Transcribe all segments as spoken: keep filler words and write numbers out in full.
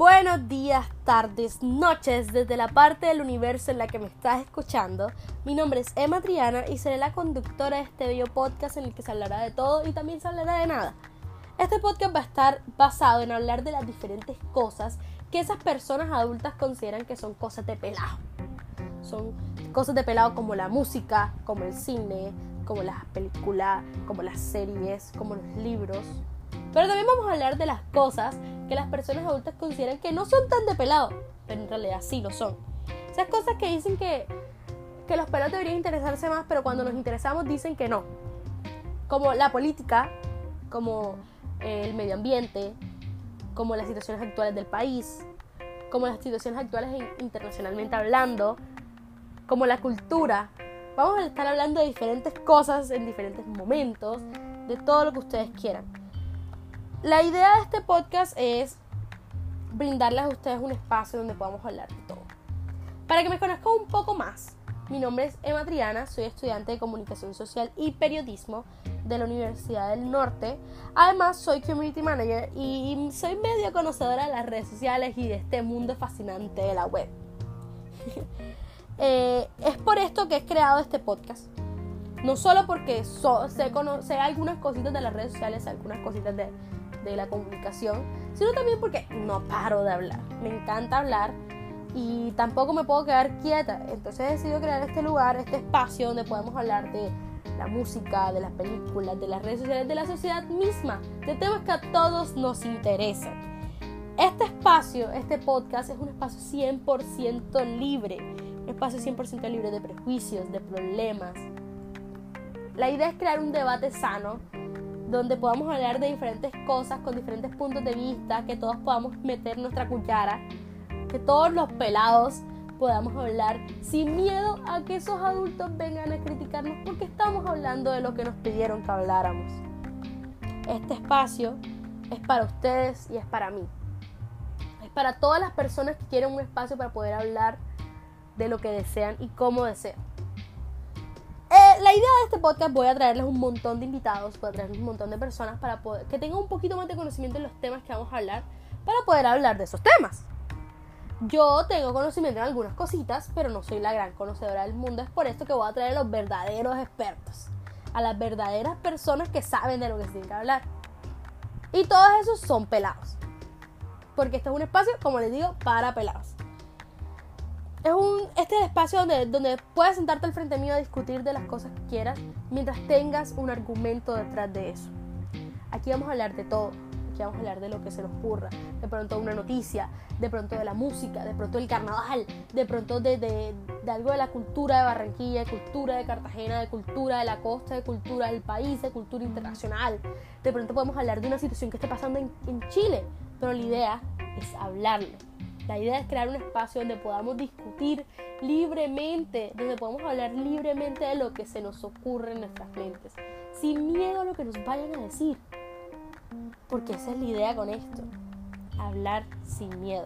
Buenos días, tardes, noches, desde la parte del universo en la que me estás escuchando. Mi nombre es Emma Triana y seré la conductora de este bello podcast en el que se hablará de todo y también se hablará de nada. Este podcast va a estar basado en hablar de las diferentes cosas que esas personas adultas consideran que son cosas de pelado. Son cosas de pelado como la música, como el cine, como las películas, como las series, como los libros. Pero también vamos a hablar de las cosas que las personas adultas consideran que no son tan de pelado, pero en realidad sí lo son. Esas cosas que dicen que, que los pelados deberían interesarse más, pero cuando nos interesamos dicen que no. Como la política, como el medio ambiente, como las situaciones actuales del país, como las situaciones actuales internacionalmente hablando, como la cultura. Vamos a estar hablando de diferentes cosas en diferentes momentos, de todo lo que ustedes quieran. La idea de este podcast es brindarles a ustedes un espacio donde podamos hablar de todo. Para que me conozcan un poco más, mi nombre es Emma Triana, soy estudiante de Comunicación Social y Periodismo de la Universidad del Norte. Además, soy Community Manager y soy medio conocedora de las redes sociales y de este mundo fascinante de la web. eh, es por esto que he creado este podcast. No solo porque so, sé, cono- sé algunas cositas de las redes sociales, algunas cositas de... de la comunicación, sino también porque no paro de hablar. Me encanta hablar y tampoco me puedo quedar quieta. Entonces he decidido crear este lugar, este espacio donde podemos hablar de la música, de las películas, de las redes sociales, de la sociedad misma, de temas que a todos nos interesan. Este espacio, este podcast es un espacio cien por ciento libre, un espacio cien por ciento libre de prejuicios, de problemas. La idea es crear un debate sano donde podamos hablar de diferentes cosas con diferentes puntos de vista, que todos podamos meter nuestra cuchara, que todos los pelados podamos hablar sin miedo a que esos adultos vengan a criticarnos porque estamos hablando de lo que nos pidieron que habláramos. Este espacio es para ustedes y es para mí. Es para todas las personas que quieren un espacio para poder hablar de lo que desean y cómo desean. La idea de este podcast, voy a traerles un montón de invitados, voy a traerles un montón de personas para poder, que tengan un poquito más de conocimiento en los temas que vamos a hablar, para poder hablar de esos temas. Yo tengo conocimiento en algunas cositas, pero no soy la gran conocedora del mundo. Es por esto que voy a traer a los verdaderos expertos, a las verdaderas personas que saben de lo que se tiene que hablar. Y todos esos son pelados, porque este es un espacio, como les digo, para pelados. Es un, este es el espacio donde, donde puedes sentarte al frente mío a discutir de las cosas que quieras mientras tengas un argumento detrás de eso. Aquí vamos a hablar de todo. Aquí vamos a hablar de lo que se nos ocurra. De pronto una noticia, de pronto de la música, de pronto del carnaval, de pronto de, de, de algo de la cultura de Barranquilla, de cultura de Cartagena, de cultura de la costa, de cultura del país, de cultura internacional. De pronto podemos hablar de una situación que esté pasando en, en Chile, pero la idea es hablarlo. La idea es crear un espacio donde podamos discutir libremente, donde podamos hablar libremente de lo que se nos ocurre en nuestras mentes, sin miedo a lo que nos vayan a decir. Porque esa es la idea con esto, hablar sin miedo.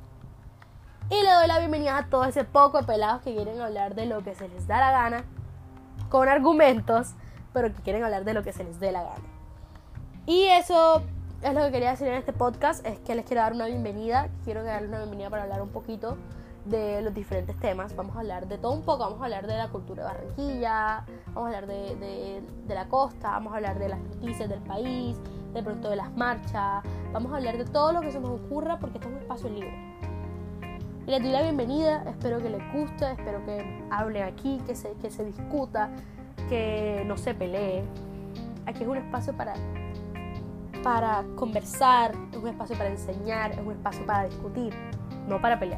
Y le doy la bienvenida a todo ese poco de pelados que quieren hablar de lo que se les da la gana, con argumentos, pero que quieren hablar de lo que se les dé la gana. Y eso es lo que quería decir en este podcast, es que les quiero dar una bienvenida, quiero darles una bienvenida para hablar un poquito de los diferentes temas. Vamos a hablar de todo un poco, vamos a hablar de la cultura de Barranquilla, vamos a hablar de, de, de la costa, vamos a hablar de las noticias del país, de pronto de las marchas, vamos a hablar de todo lo que se nos ocurra porque este es un espacio libre. Y les doy la bienvenida, espero que les guste, espero que hablen aquí, que se, que se discuta, que no se pelee. Aquí es un espacio para... para conversar, es un espacio para enseñar, es un espacio para discutir, no para pelear.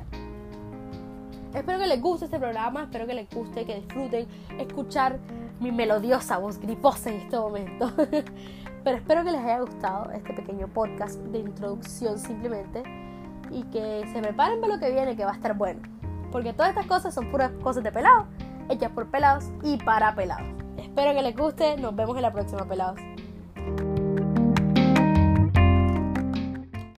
Espero que les guste este programa, espero que les guste, que disfruten escuchar mi melodiosa voz griposa en este momento. Pero espero que les haya gustado este pequeño podcast de introducción simplemente y que se preparen para lo que viene, que va a estar bueno. Porque todas estas cosas son puras cosas de pelados, hechas por pelados y para pelados. Espero que les guste, nos vemos en la próxima, pelados.